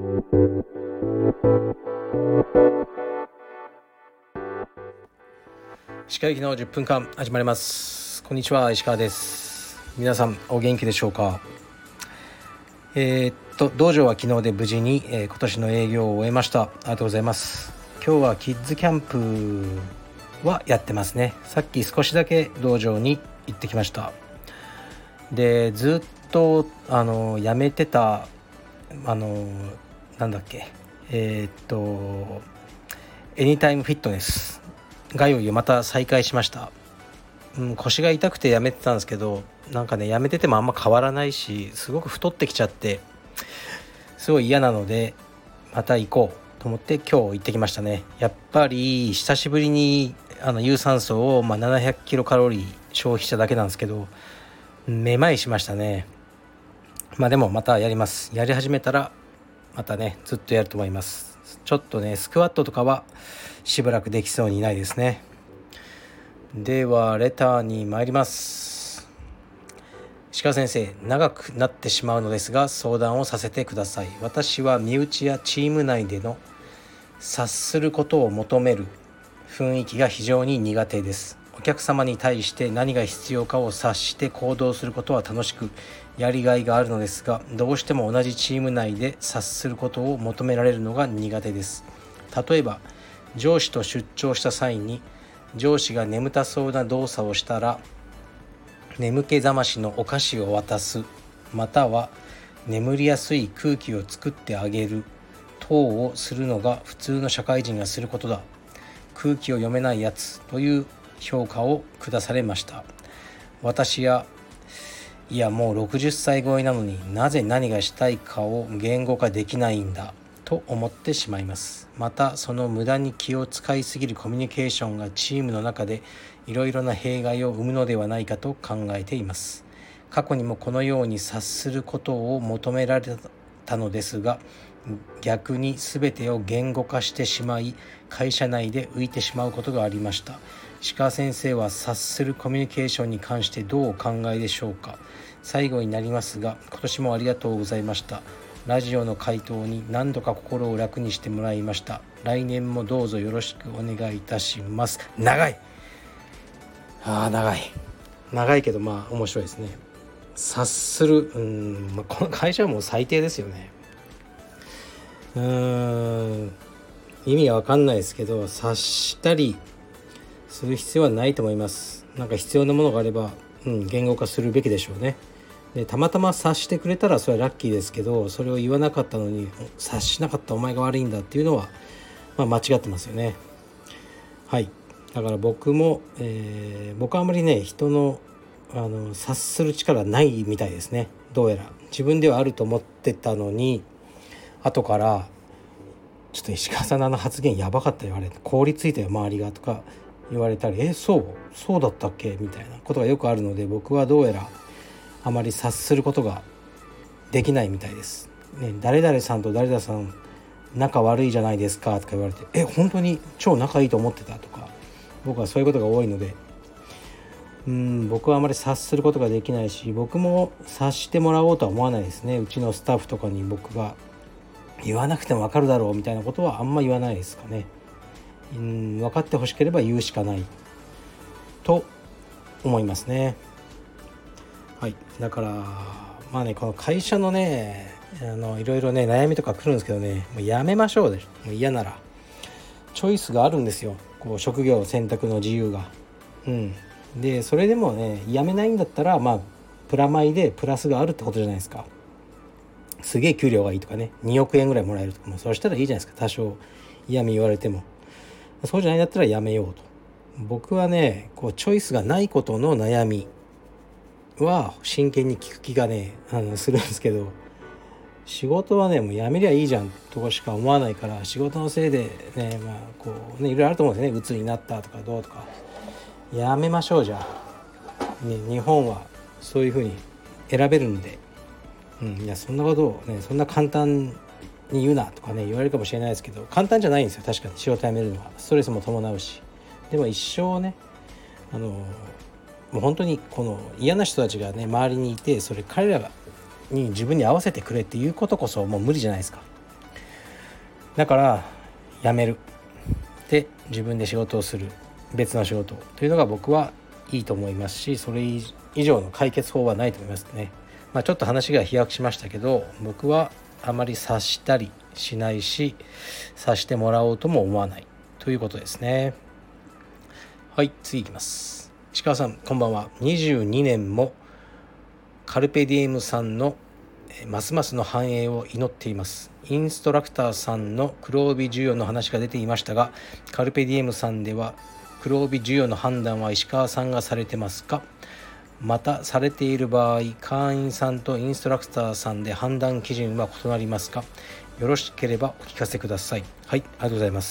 石川行きの10分間始まります。こんにちは、石川です。皆さんお元気でしょうか。道場は昨日で無事に、今年の営業を終えました。ありがとうございます。今日はキッズキャンプはやってますね。さっき少しだけ道場に行ってきました。で、ずっとやめてたなんだっけエニタイムフィットネスがいよいよまた再開しました。腰が痛くてやめてたんですけど、なんかね、やめててもあんま変わらないし、すごく太ってきちゃってすごい嫌なので、また行こうと思って今日行ってきましたね。やっぱり久しぶりに有酸素を、700キロカロリー消費しただけなんですけど、めまいしましたね。でもまたやります。やり始めたらまたね、ずっとやると思います。ちょっとね、スクワットとかはしばらくできそうにないですね。ではレターに参ります。鹿先生、長くなってしまうのですが相談をさせてください。私は身内やチーム内での察することを求める雰囲気が非常に苦手です。お客様に対して何が必要かを察して行動することは楽しくやりがいがあるのですが、どうしても同じチーム内で察することを求められるのが苦手です。例えば上司と出張した際に上司が眠たそうな動作をしたら眠気覚ましのお菓子を渡す、または眠りやすい空気を作ってあげる等をするのが普通の社会人がすることだ。空気を読めないやつという評価を下されました。私いやもう60歳超えなのになぜ何がしたいかを言語化できないんだと思ってしまいます。またその無駄に気を使いすぎるコミュニケーションがチームの中でいろいろな弊害を生むのではないかと考えています。過去にもこのように察することを求められたのですが、逆に全てを言語化してしまい会社内で浮いてしまうことがありました。鹿先生は察するコミュニケーションに関してどうお考えでしょうか。最後になりますが、今年もありがとうございました。ラジオの回答に何度か心を楽にしてもらいました。来年もどうぞよろしくお願いいたします。長いけど面白いですね。察する、この会社はもう最低ですよね。意味が分かんないですけど、察したりする必要はないと思います。なんか必要なものがあれば、言語化するべきでしょうね。で、たまたま察してくれたらそれはラッキーですけど、それを言わなかったのに察しなかったお前が悪いんだっていうのは、間違ってますよね。はい。だから僕はあまりね、人の察する力ないみたいですね。どうやら自分ではあると思ってたのに、後からちょっと石川さんの発言やばかった言われて、凍りついたよ周りがとか言われたり、そうだったっけみたいなことがよくあるので、僕はどうやらあまり察することができないみたいです、ね。誰々さんと誰々さん仲悪いじゃないですかとか言われて、本当に超仲いいと思ってたとか、僕はそういうことが多いので、僕はあまり察することができないし、僕も察してもらおうとは思わないですね。うちのスタッフとかに僕が言わなくても分かるだろうみたいなことはあんま言わないですかね。分かってほしければ言うしかないと思いますね。はい。だからこの会社のね、いろいろね悩みとか来るんですけどね、もうやめましょうで。もう嫌ならチョイスがあるんですよ。こう職業選択の自由が。でそれでもねやめないんだったら、プラマイでプラスがあるってことじゃないですか。すげえ給料がいいとかね、2億円ぐらいもらえるとか、そうしたらいいじゃないですか。多少嫌味言われても。そうじゃないんだったらやめようと。僕はね、こうチョイスがないことの悩みは真剣に聞く気がねするんですけど、仕事はねもうやめりゃいいじゃんとかしか思わないから、仕事のせいでねいろいろあると思うんですよね。鬱になったとかどうとか。やめましょう。じゃあ、日本はそういう風に選べるんで、いやそんなことをねそんな簡単に言うなとかね言われるかもしれないですけど、簡単じゃないんですよ。確かに仕事辞めるのはストレスも伴うし、でも一生ねもう本当にこの嫌な人たちがね周りにいて、それ彼らに自分に合わせてくれっていうことこそもう無理じゃないですか。 だから辞めるで自分で仕事をする、別の仕事というのが僕はいいと思いますし、それ以上の解決法はないと思いますね。ちょっと話が飛躍しましたけど、僕はあまり察したりしないし、察してもらおうとも思わないということですね。はい、次いきます。石川さん、こんばんは。22年もカルペディエムさんのますますの繁栄を祈っています。インストラクターさんの黒帯需要の話が出ていましたが、カルペディエムさんでは黒帯需要の判断は石川さんがされてますか？またされている場合、会員さんとインストラクターさんで判断基準は異なりますか？よろしければお聞かせください。はい、ありがとうございます。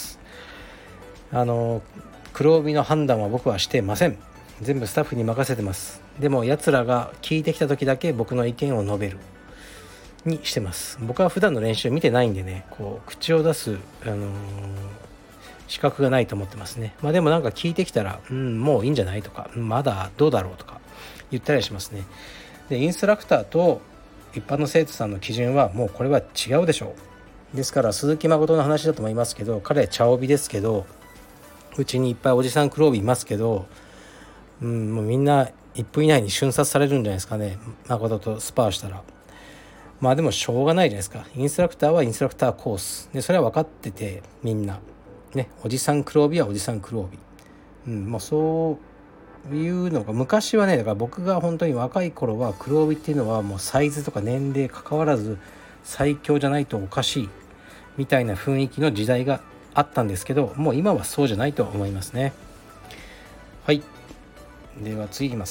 黒帯の判断は僕はしてません。全部スタッフに任せてます。でも奴らが聞いてきた時だけ僕の意見を述べるにしてます。僕は普段の練習見てないんでね、口を出す、資格がないと思ってますね。でもなんか聞いてきたら、もういいんじゃないとか、まだどうだろうとか言ったりしますね。でインストラクターと一般の生徒さんの基準はもうこれは違うでしょう。ですから鈴木誠の話だと思いますけど、彼は茶帯ですけど、うちにいっぱいおじさん黒帯いますけど、もうみんな1分以内に瞬殺されるんじゃないですかね、誠とスパーしたら。でもしょうがないじゃないですか。インストラクターはインストラクターコースで、それは分かってて、みんなね、おじさん黒帯はおじさん黒帯、もうそういうのが昔はね、だから僕が本当に若い頃は黒帯っていうのはもうサイズとか年齢関わらず最強じゃないとおかしいみたいな雰囲気の時代があったんですけど、もう今はそうじゃないと思いますね。はい、では次いきます。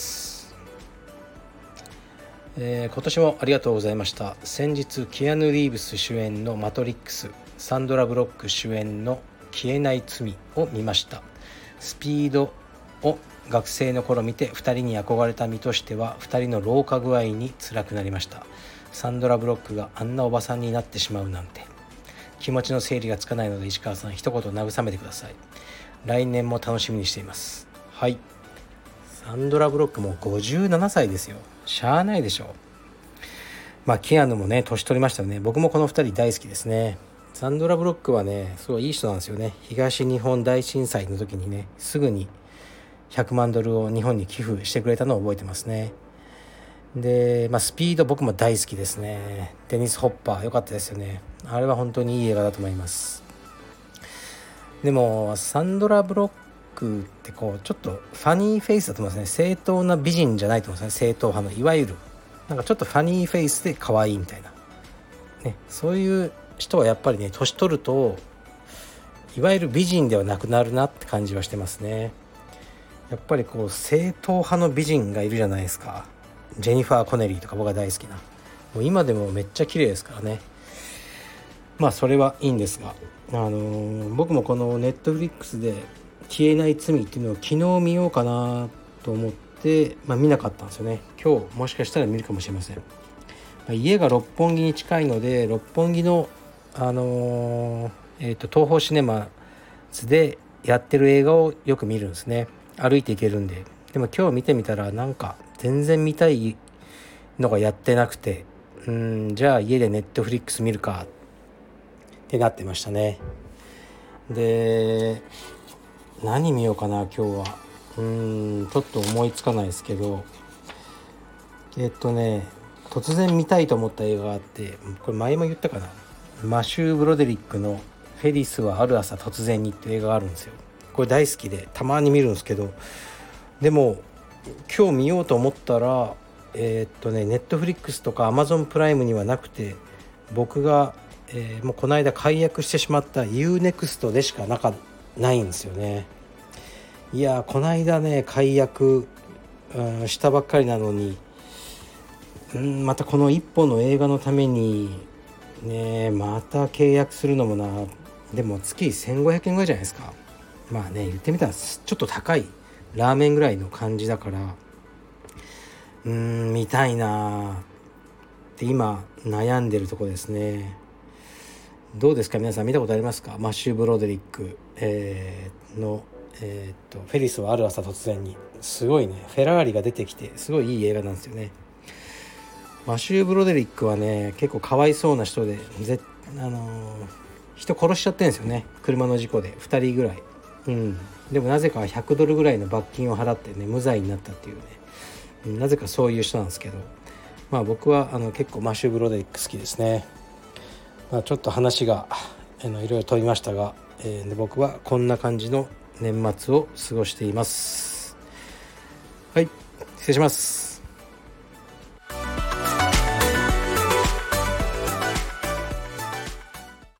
今年もありがとうございました。先日キアヌ・リーブス主演のマトリックス、サンドラ・ブロック主演の消えない罪を見ました。スピードを学生の頃見て2人に憧れた身としては2人の老化具合に辛くなりました。サンドラ・ブロックがあんなおばさんになってしまうなんて。気持ちの整理がつかないので石川さん一言慰めてください。来年も楽しみにしています。はい、サンドラ・ブロックも57歳ですよ。しゃあないでしょう。キアヌもね年取りましたよね。僕もこの2人大好きですね。サンドラ・ブロックはねすごいいい人なんですよね。東日本大震災の時にねすぐに100万ドルを日本に寄付してくれたのを覚えてますね。で、スピード僕も大好きですね。デニス・ホッパー良かったですよね。あれは本当にいい映画だと思います。でもサンドラ・ブロックってちょっとファニーフェイスだと思いますね。正当な美人じゃないと思いますね。正統派のいわゆるなんかちょっとファニーフェイスで可愛いみたいな、そういう人はやっぱりね年取るといわゆる美人ではなくなるなって感じはしてますね。やっぱり正統派の美人がいるじゃないですか。ジェニファー・コネリーとか僕が大好きな、もう今でもめっちゃ綺麗ですからね。それはいいんですが、僕もこのネットフリックスで消えない罪っていうのを昨日見ようかなと思って、見なかったんですよね。今日もしかしたら見るかもしれません。家が六本木に近いので、六本木の東宝シネマズでやってる映画をよく見るんですね。歩いていけるんで。でも今日見てみたらなんか全然見たいのがやってなくて、じゃあ家でネットフリックス見るかってなってましたね。で何見ようかな今日は。ちょっと思いつかないですけど、突然見たいと思った映画があって、これ前も言ったかな。マシュー・ブロデリックのフェリスはある朝突然にっていう映画があるんですよ。これ大好きでたまに見るんですけど、でも今日見ようと思ったらネットフリックスとかアマゾンプライムにはなくて、僕が、もうこの間解約してしまった UNEXT でしかないんですよね。いやこの間ね解約、したばっかりなのに、またこの一本の映画のためにねまた契約するのもな。でも月1500円ぐらいじゃないですか。言ってみたらちょっと高いラーメンぐらいの感じだから、見たいなって今悩んでるとこですね。どうですか皆さん、見たことありますか？マッシュ・ブロデリック、の、フェリスはある朝突然に、すごいねフェラーリが出てきてすごいいい映画なんですよね。マシュー・ブロデリックはね結構かわいそうな人で、 人殺しちゃってるんですよね、車の事故で2人ぐらい。でもなぜか100ドルぐらいの罰金を払ってね無罪になったっていうね、なぜかそういう人なんですけど、僕は結構マシュー・ブロデリック好きですね。ちょっと話がいろいろ飛びましたが、僕はこんな感じの年末を過ごしています。はい、失礼します。